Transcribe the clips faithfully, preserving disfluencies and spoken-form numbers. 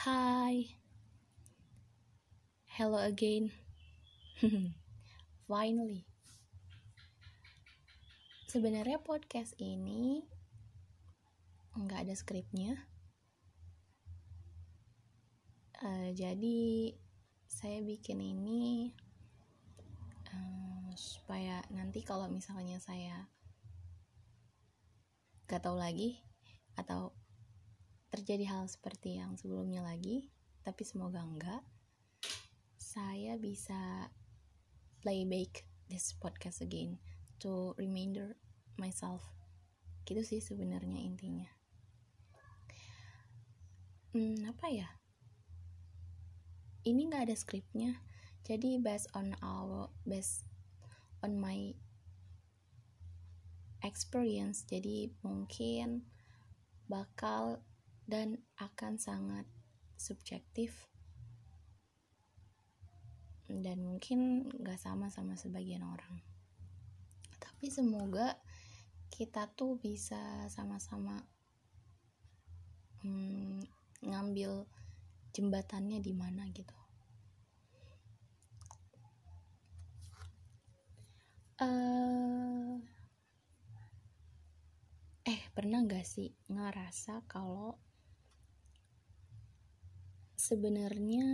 Hai, hello again. Finally. Sebenarnya podcast ini nggak ada skripnya. Uh, jadi saya bikin ini uh, supaya nanti kalau misalnya saya nggak tahu lagi atau terjadi hal seperti yang sebelumnya lagi, tapi semoga enggak, saya bisa playback this podcast again to reminder myself. Gitu sih sebenarnya intinya. Hmm, apa ya? Ini nggak ada skripnya, jadi based on our based on my experience, jadi mungkin bakal dan akan sangat subjektif dan mungkin gak sama sama sebagian orang, tapi semoga kita tuh bisa sama-sama hmm, ngambil jembatannya di mana gitu. Uh, eh pernah gak sih ngerasa kalau sebenarnya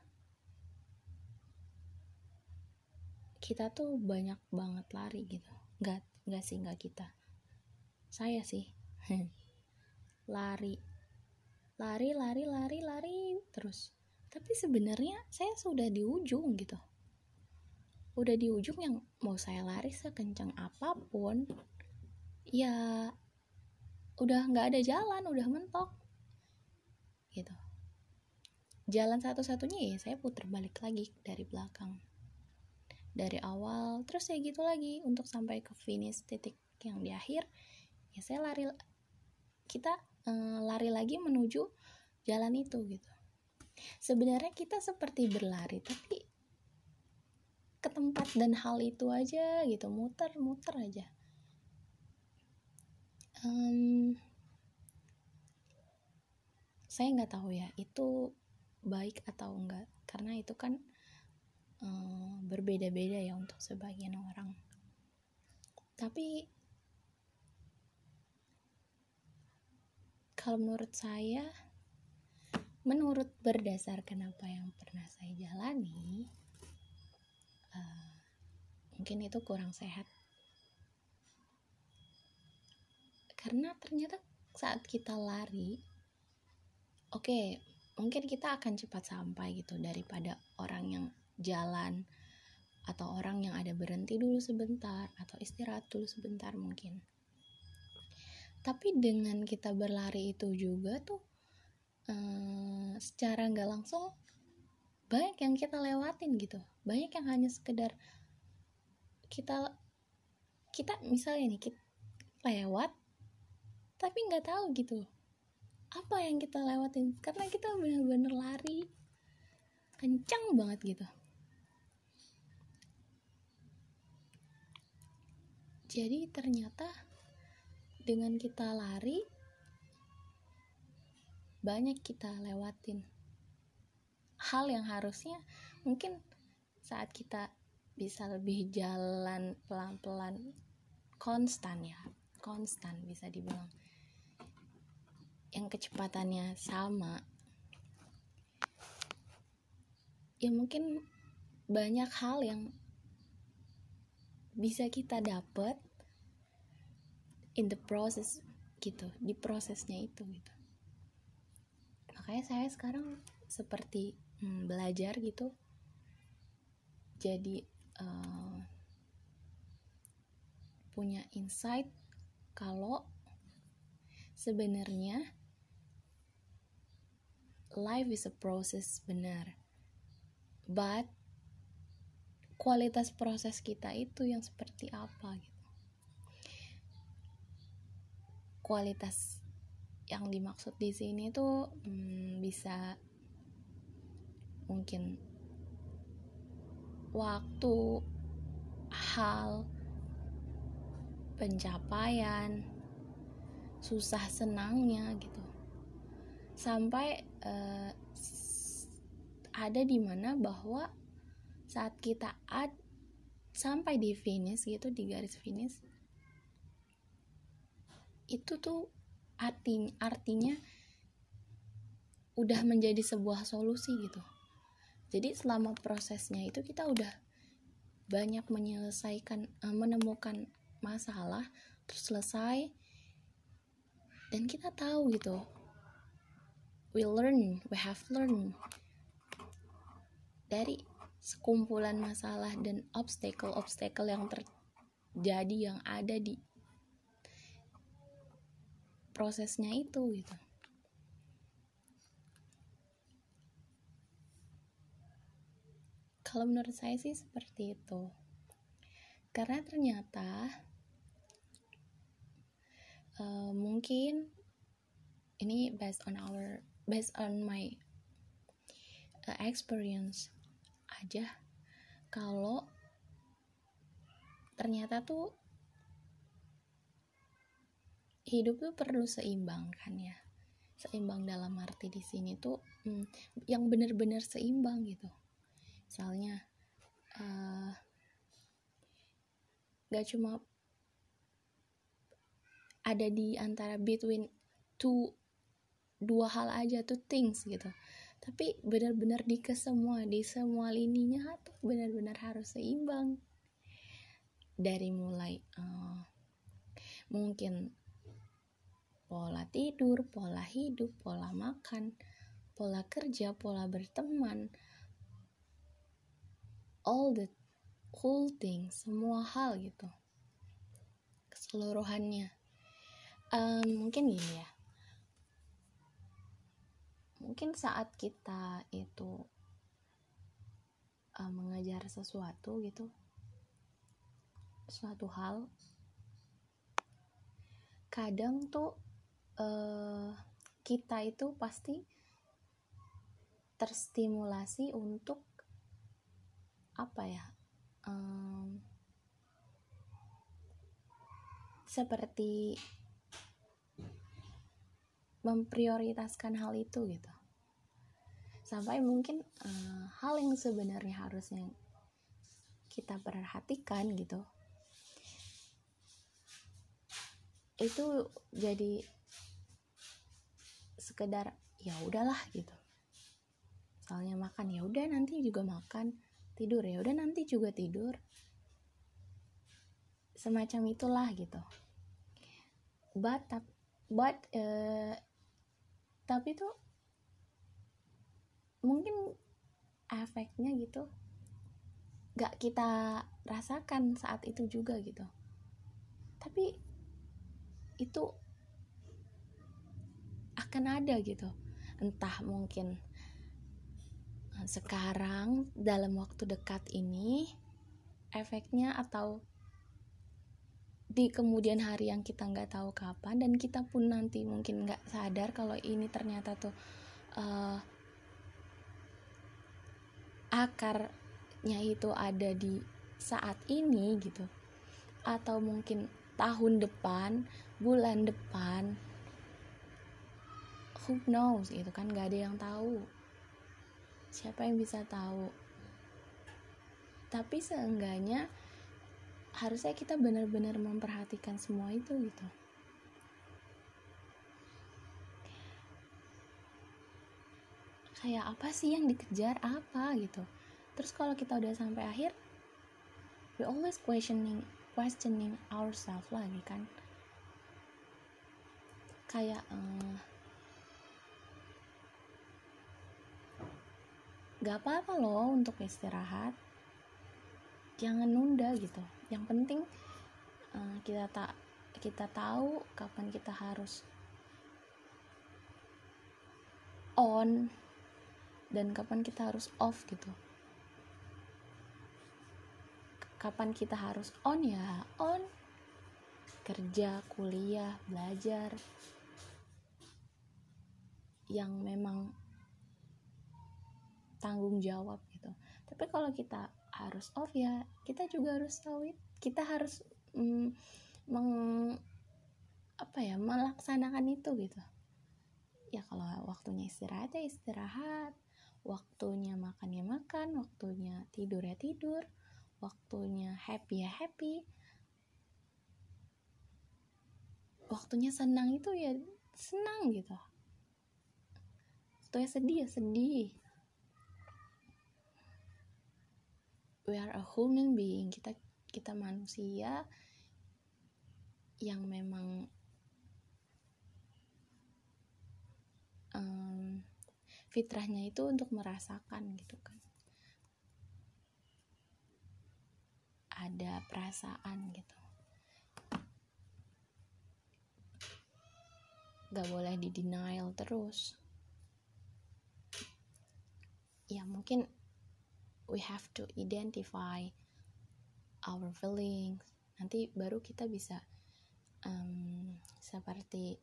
kita tuh banyak banget lari gitu? Nggak, nggak sih, nggak kita. Saya sih. lari. Lari, lari, lari, lari terus. Tapi sebenarnya saya sudah di ujung gitu. Udah di ujung yang mau saya lari sekencang apapun, ya udah nggak ada jalan, udah mentok. Gitu. Jalan satu-satunya ya saya putar balik lagi dari belakang. Dari awal, terus ya gitu lagi untuk sampai ke finish titik yang di akhir, ya saya lari, kita eh, lari lagi menuju jalan itu gitu. Sebenarnya kita seperti berlari, tapi ke tempat dan hal itu aja gitu, muter-muter aja. Um, saya nggak tahu ya itu baik atau enggak, karena itu kan um, berbeda-beda ya untuk sebagian orang. Tapi kalau menurut saya, menurut berdasarkan apa yang pernah saya jalani, uh, mungkin itu kurang sehat. Karena ternyata saat kita lari, oke, okay, mungkin kita akan cepat sampai gitu daripada orang yang jalan atau orang yang ada berhenti dulu sebentar atau istirahat dulu sebentar mungkin. Tapi dengan kita berlari itu juga tuh eh, secara nggak langsung banyak yang kita lewatin gitu, banyak yang hanya sekedar kita kita misalnya nih kita lewat tapi nggak tahu gitu apa yang kita lewatin karena kita benar-benar lari kencang banget gitu. Jadi ternyata dengan kita lari banyak kita lewatin hal yang harusnya mungkin saat kita bisa lebih jalan pelan-pelan konstan ya konstan bisa dibilang yang kecepatannya sama, ya mungkin banyak hal yang bisa kita dapat in the process gitu, di prosesnya itu gitu. Makanya saya sekarang seperti hmm, belajar gitu, jadi uh, punya insight kalau sebenarnya life is a process, benar, but kualitas proses kita itu yang seperti apa gitu. Kualitas yang dimaksud di sini tuh hmm, bisa mungkin waktu, hal, pencapaian, susah senangnya gitu, sampai uh, ada di mana bahwa saat kita ad, sampai di finish gitu, di garis finish, itu tuh arti, artinya udah menjadi sebuah solusi gitu. Jadi selama prosesnya itu kita udah banyak menyelesaikan, uh, menemukan masalah, terus selesai, dan kita tahu gitu, we learn, we have learned dari sekumpulan masalah dan obstacle-obstacle yang terjadi, yang ada di prosesnya itu gitu. Kalau menurut saya sih seperti itu. Karena ternyata uh, mungkin ini based on our based on my uh, experience aja, kalau ternyata tuh hidup tuh perlu seimbang kan ya. Seimbang dalam arti di sini tuh hmm, yang benar-benar seimbang gitu. Misalnya uh, gak cuma ada di antara between two dua hal aja, two things gitu, tapi benar-benar di ke semua, di semua lininya tuh benar-benar harus seimbang. Dari mulai uh, mungkin pola tidur, pola hidup, pola makan, pola kerja, pola berteman, all the whole thing, semua hal gitu, keseluruhannya. Um, mungkin gini ya, mungkin saat kita itu uh, mengajar sesuatu gitu, suatu hal, kadang tuh uh, kita itu pasti terstimulasi untuk apa ya, um, seperti memprioritaskan hal itu gitu, sampai mungkin uh, hal yang sebenarnya harusnya kita perhatikan gitu, itu jadi sekedar ya udahlah gitu. Misalnya makan, ya udah nanti juga makan, tidur ya udah nanti juga tidur, semacam itulah gitu. But but uh, tapi tuh mungkin efeknya gitu gak kita rasakan saat itu juga gitu, tapi itu akan ada gitu, entah mungkin sekarang dalam waktu dekat ini efeknya, atau di kemudian hari yang kita nggak tahu kapan, dan kita pun nanti mungkin nggak sadar kalau ini ternyata tuh uh, akarnya itu ada di saat ini gitu, atau mungkin tahun depan, bulan depan, who knows gitu kan, nggak ada yang tahu, siapa yang bisa tahu. Tapi seenggaknya harusnya kita benar-benar memperhatikan semua itu gitu. Kayak apa sih yang dikejar, apa gitu. Terus kalau kita udah sampai akhir, we always questioning questioning ourselves lagi kan. Kayak uh, gak apa-apa loh untuk istirahat, jangan nunda gitu. Yang penting uh, kita tak kita tahu kapan kita harus on dan kapan kita harus off gitu. Kapan kita harus on ya on, kerja, kuliah, belajar yang memang tanggung jawab gitu. Tapi kalau kita harus off ya kita juga harus tahu it. Kita harus mm, meng, apa ya melaksanakan itu gitu. ya kalau waktunya istirahat ya istirahat, waktunya makan ya makan, waktunya tidur ya tidur, waktunya happy ya happy, waktunya senang itu ya senang gitu, waktunya sedih ya sedih. We are a human being, kita kita manusia yang memang um, fitrahnya itu untuk merasakan gitu kan, ada perasaan gitu, gak boleh di denial terus. Ya mungkin we have to identify our feelings, nanti baru kita bisa um, seperti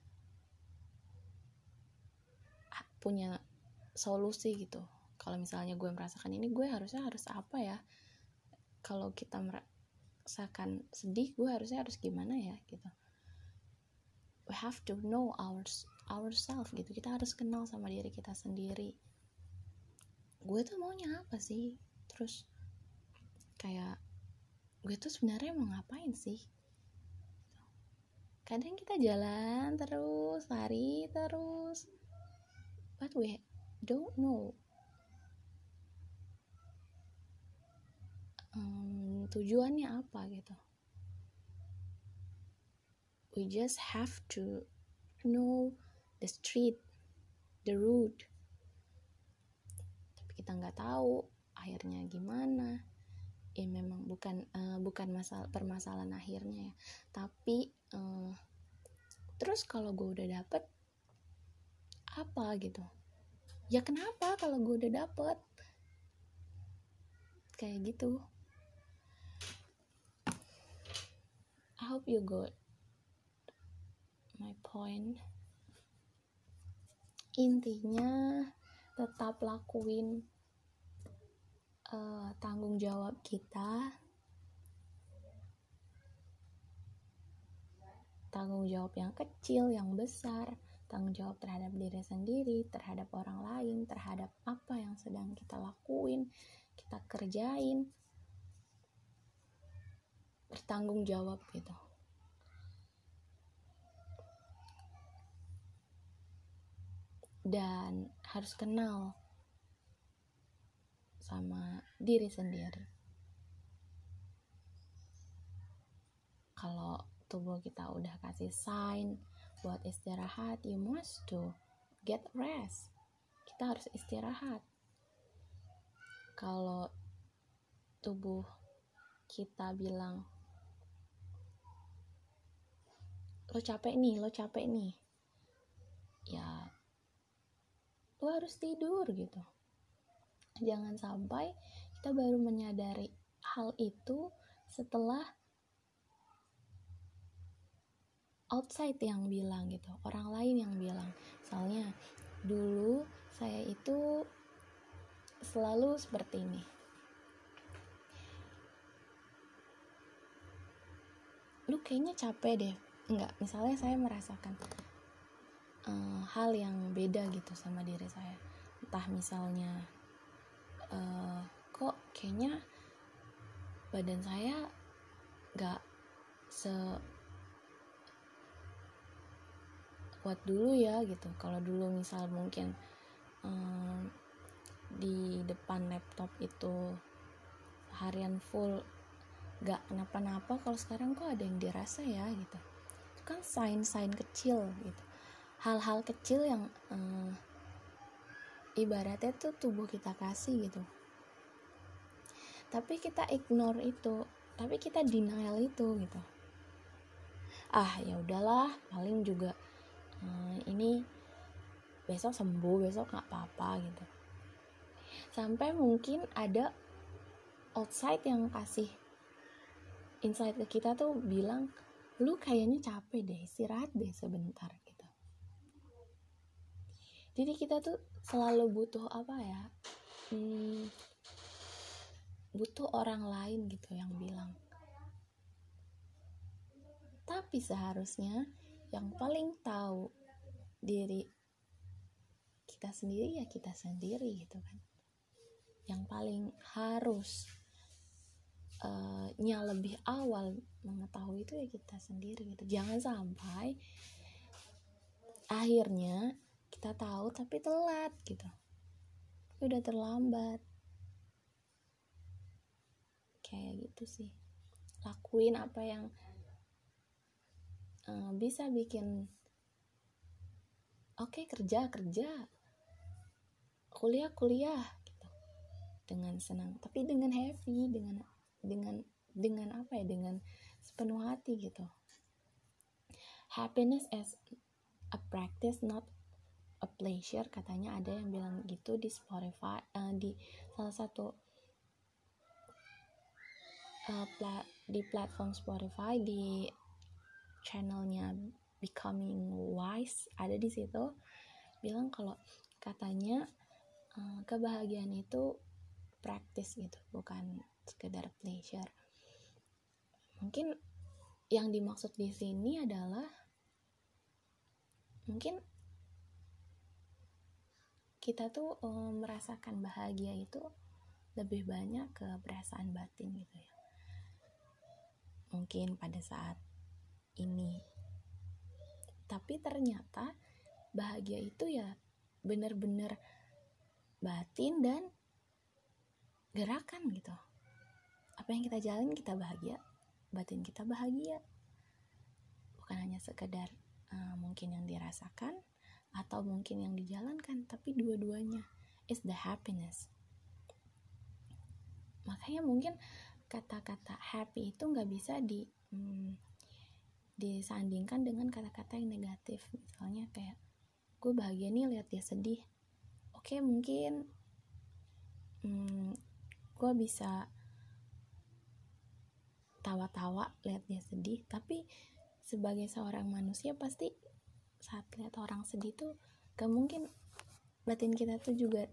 punya solusi gitu. Kalau misalnya gue merasakan ini, gue harusnya harus apa ya, kalau kita merasakan sedih, gue harusnya harus gimana ya gitu. We have to know our, ourselves gitu, kita harus kenal sama diri kita sendiri, gue tuh maunya apa sih, terus kayak gue tuh sebenarnya mau ngapain sih. Kadang kita jalan terus, lari terus, but we don't know um, tujuannya apa gitu. We just have to know the street, the road, tapi kita nggak tahu akhirnya gimana. Ya memang bukan uh, bukan masalah permasalahan akhirnya ya, tapi uh, terus kalau gue udah dapet apa gitu, ya kenapa kalau gue udah dapet kayak gitu. I hope you got my point. Intinya tetap lakuin uh, tanggung jawab kita, tanggung jawab yang kecil, yang besar, tanggung jawab terhadap diri sendiri, terhadap orang lain, terhadap apa yang sedang kita lakuin, kita kerjain, bertanggung jawab gitu. Dan harus kenal sama diri sendiri. Kalau tubuh kita udah kasih sign buat istirahat, you must to get rest. Kita harus istirahat. Kalau tubuh kita bilang, lo capek nih, lo capek nih, ya lo harus tidur gitu. Jangan sampai kita baru menyadari hal itu setelah outside yang bilang gitu, orang lain yang bilang. Soalnya dulu saya itu selalu seperti ini, lu kayaknya capek deh, enggak, misalnya saya merasakan uh, hal yang beda gitu sama diri saya, entah misalnya uh, kok kayaknya badan saya gak se kuat dulu ya gitu. Kalau dulu misal mungkin um, di depan laptop itu harian full gak kenapa-napa, kalau sekarang kok ada yang dirasa ya gitu. Itu kan sign-sign kecil gitu, hal-hal kecil yang um, ibaratnya tuh tubuh kita kasih gitu, tapi kita ignore itu, tapi kita denial itu gitu. Ah ya udahlah, paling juga Hmm, ini besok sembuh, besok nggak apa-apa gitu. Sampai mungkin ada outside yang kasih insight ke kita tuh bilang, lu kayaknya capek deh, istirahat deh sebentar gitu. Jadi kita tuh selalu butuh apa ya, hmm, butuh orang lain gitu yang bilang. Tapi seharusnya yang paling tahu diri kita sendiri ya kita sendiri gitu kan. Yang paling harus uh, nya lebih awal mengetahui itu ya kita sendiri gitu. Jangan sampai akhirnya kita tahu tapi telat gitu, udah terlambat. Kayak gitu sih. Lakuin apa yang uh, bisa bikin oke okay, kerja kerja, kuliah kuliah gitu dengan senang, tapi dengan happy, dengan dengan dengan apa ya, dengan sepenuh hati gitu. Happiness as a practice, not a pleasure, katanya ada yang bilang gitu di Spotify, uh, di salah satu uh, pla- di platform Spotify, di channelnya Becoming Wise, ada di situ bilang kalau katanya uh, kebahagiaan itu practice gitu, bukan sekedar pleasure. Mungkin yang dimaksud di sini adalah mungkin kita tuh um, merasakan bahagia itu lebih banyak ke perasaan batin gitu ya. Mungkin pada saat ini, tapi ternyata bahagia itu ya benar-benar batin dan gerakan gitu. Apa yang kita jalin kita bahagia, batin kita bahagia, bukan hanya sekedar uh, mungkin yang dirasakan atau mungkin yang dijalankan, tapi dua-duanya is the happiness. Makanya mungkin kata-kata happy itu nggak bisa di hmm, disandingkan dengan kata-kata yang negatif. Misalnya kayak gue bahagia nih lihat dia sedih, oke mungkin hmm, gue bisa tawa-tawa lihat dia sedih, tapi sebagai seorang manusia pasti saat lihat orang sedih tuh gak mungkin batin kita tuh juga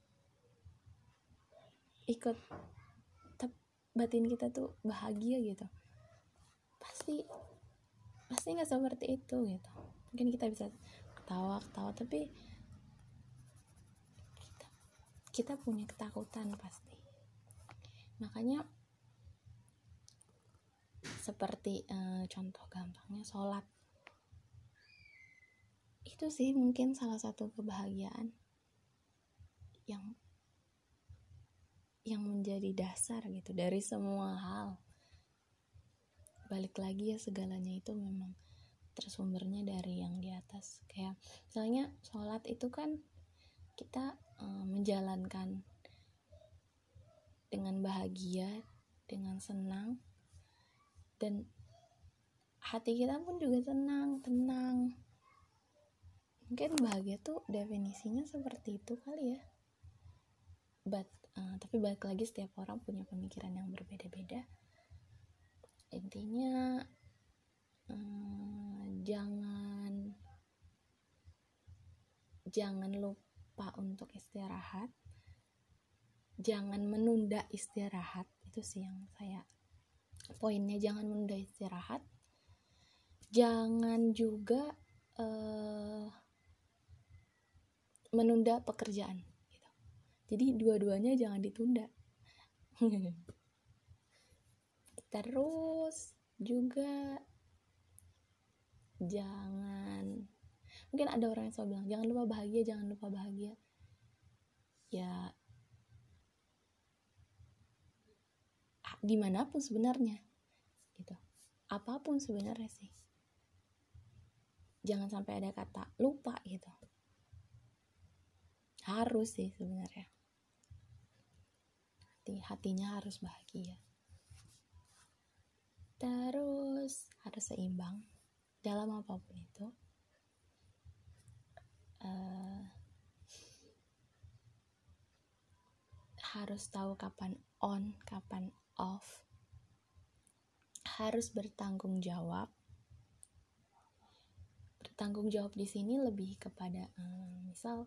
ikut tep, batin kita tuh bahagia gitu. Pasti pasti nggak seperti itu gitu. Mungkin kita bisa ketawa-ketawa tapi kita, kita punya ketakutan pasti. Makanya seperti eh, contoh gampangnya sholat, itu sih mungkin salah satu kebahagiaan yang yang menjadi dasar gitu dari semua hal. Balik lagi ya, segalanya itu memang tersumbernya dari yang di atas. Kayak misalnya sholat itu kan kita um, menjalankan dengan bahagia, dengan senang, dan hati kita pun juga tenang, tenang. Mungkin bahagia tuh definisinya seperti itu kali ya. But, uh, tapi balik lagi setiap orang punya pemikiran yang berbeda-beda. Intinya uh, jangan jangan lupa untuk istirahat, jangan menunda istirahat. Itu sih yang saya poinnya, jangan menunda istirahat, jangan juga uh, menunda pekerjaan gitu. Jadi dua-duanya jangan ditunda. Terus juga jangan, mungkin ada orang yang selalu bilang jangan lupa bahagia, jangan lupa bahagia. Ya gimana pun sebenarnya gitu, apapun sebenarnya sih, jangan sampai ada kata lupa gitu. Harus sih sebenarnya, hati hatinya harus bahagia, terus harus seimbang dalam apapun itu. Uh, harus tahu kapan on, kapan off, harus bertanggung jawab. Bertanggung jawab di sini lebih kepada um, misal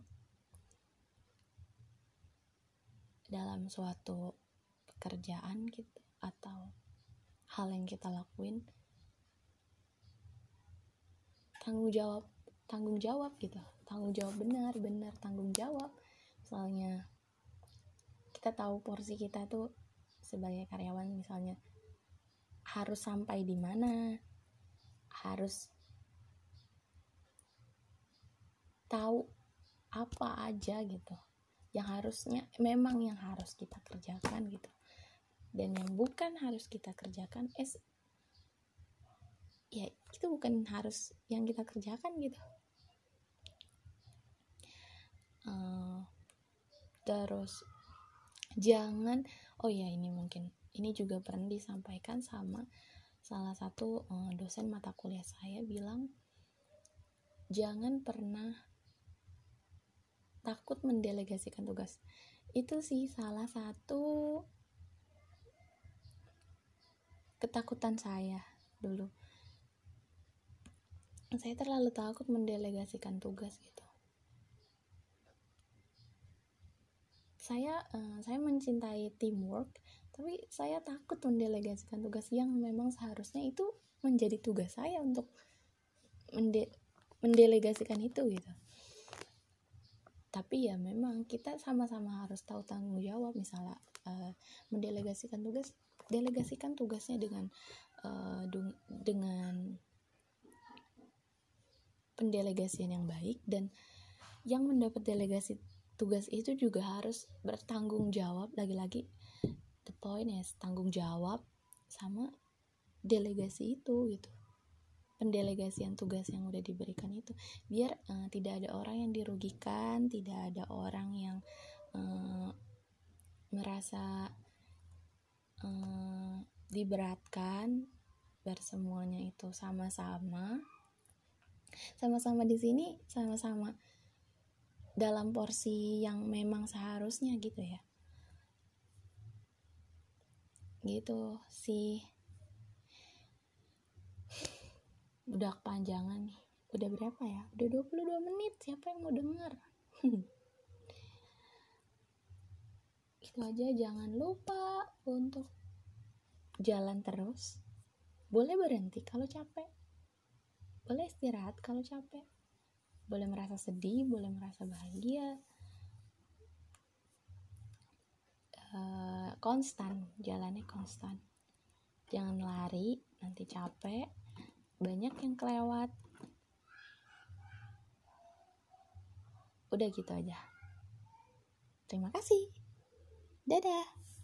dalam suatu pekerjaan gitu atau hal yang kita lakuin, tanggung jawab tanggung jawab gitu. tanggung jawab, benar benar tanggung jawab. Misalnya kita tahu porsi kita tuh sebagai karyawan, misalnya harus sampai di mana, harus tahu apa aja gitu yang harusnya, memang yang harus kita kerjakan gitu, dan yang bukan harus kita kerjakan es ya itu bukan harus yang kita kerjakan gitu. Uh, terus jangan, oh ya ini mungkin ini juga pernah disampaikan sama salah satu uh, dosen mata kuliah saya, bilang jangan pernah takut mendelegasikan tugas. Itu sih salah satu ketakutan saya dulu. Saya terlalu takut mendelegasikan tugas gitu. Saya uh, saya mencintai teamwork, tapi saya takut mendelegasikan tugas yang memang seharusnya itu menjadi tugas saya untuk mende- mendelegasikan itu gitu. Tapi ya memang kita sama-sama harus tahu tanggung jawab. Misalnya uh, mendelegasikan tugas, delegasikan tugasnya dengan uh, dung- dengan pendelegasian yang baik, dan yang mendapat delegasi tugas itu juga harus bertanggung jawab. Lagi-lagi the point is tanggung jawab sama delegasi itu gitu, pendelegasian tugas yang udah diberikan itu, biar uh, tidak ada orang yang dirugikan, tidak ada orang yang uh, merasa uh, diberatkan, biar semuanya itu sama-sama sama-sama di sini, sama-sama dalam porsi yang memang seharusnya gitu ya. Gitu sih. Udah kepanjangan nih. Udah berapa ya? Udah dua puluh dua menit. Siapa yang mau denger? Itu aja, jangan lupa untuk jalan terus. Boleh berhenti kalau capek. Boleh istirahat kalau capek. Boleh merasa sedih, boleh merasa bahagia. Uh, konstan, jalannya konstan. Jangan lari, nanti capek. Banyak yang kelewat. Udah gitu aja. Terima kasih. Dadah.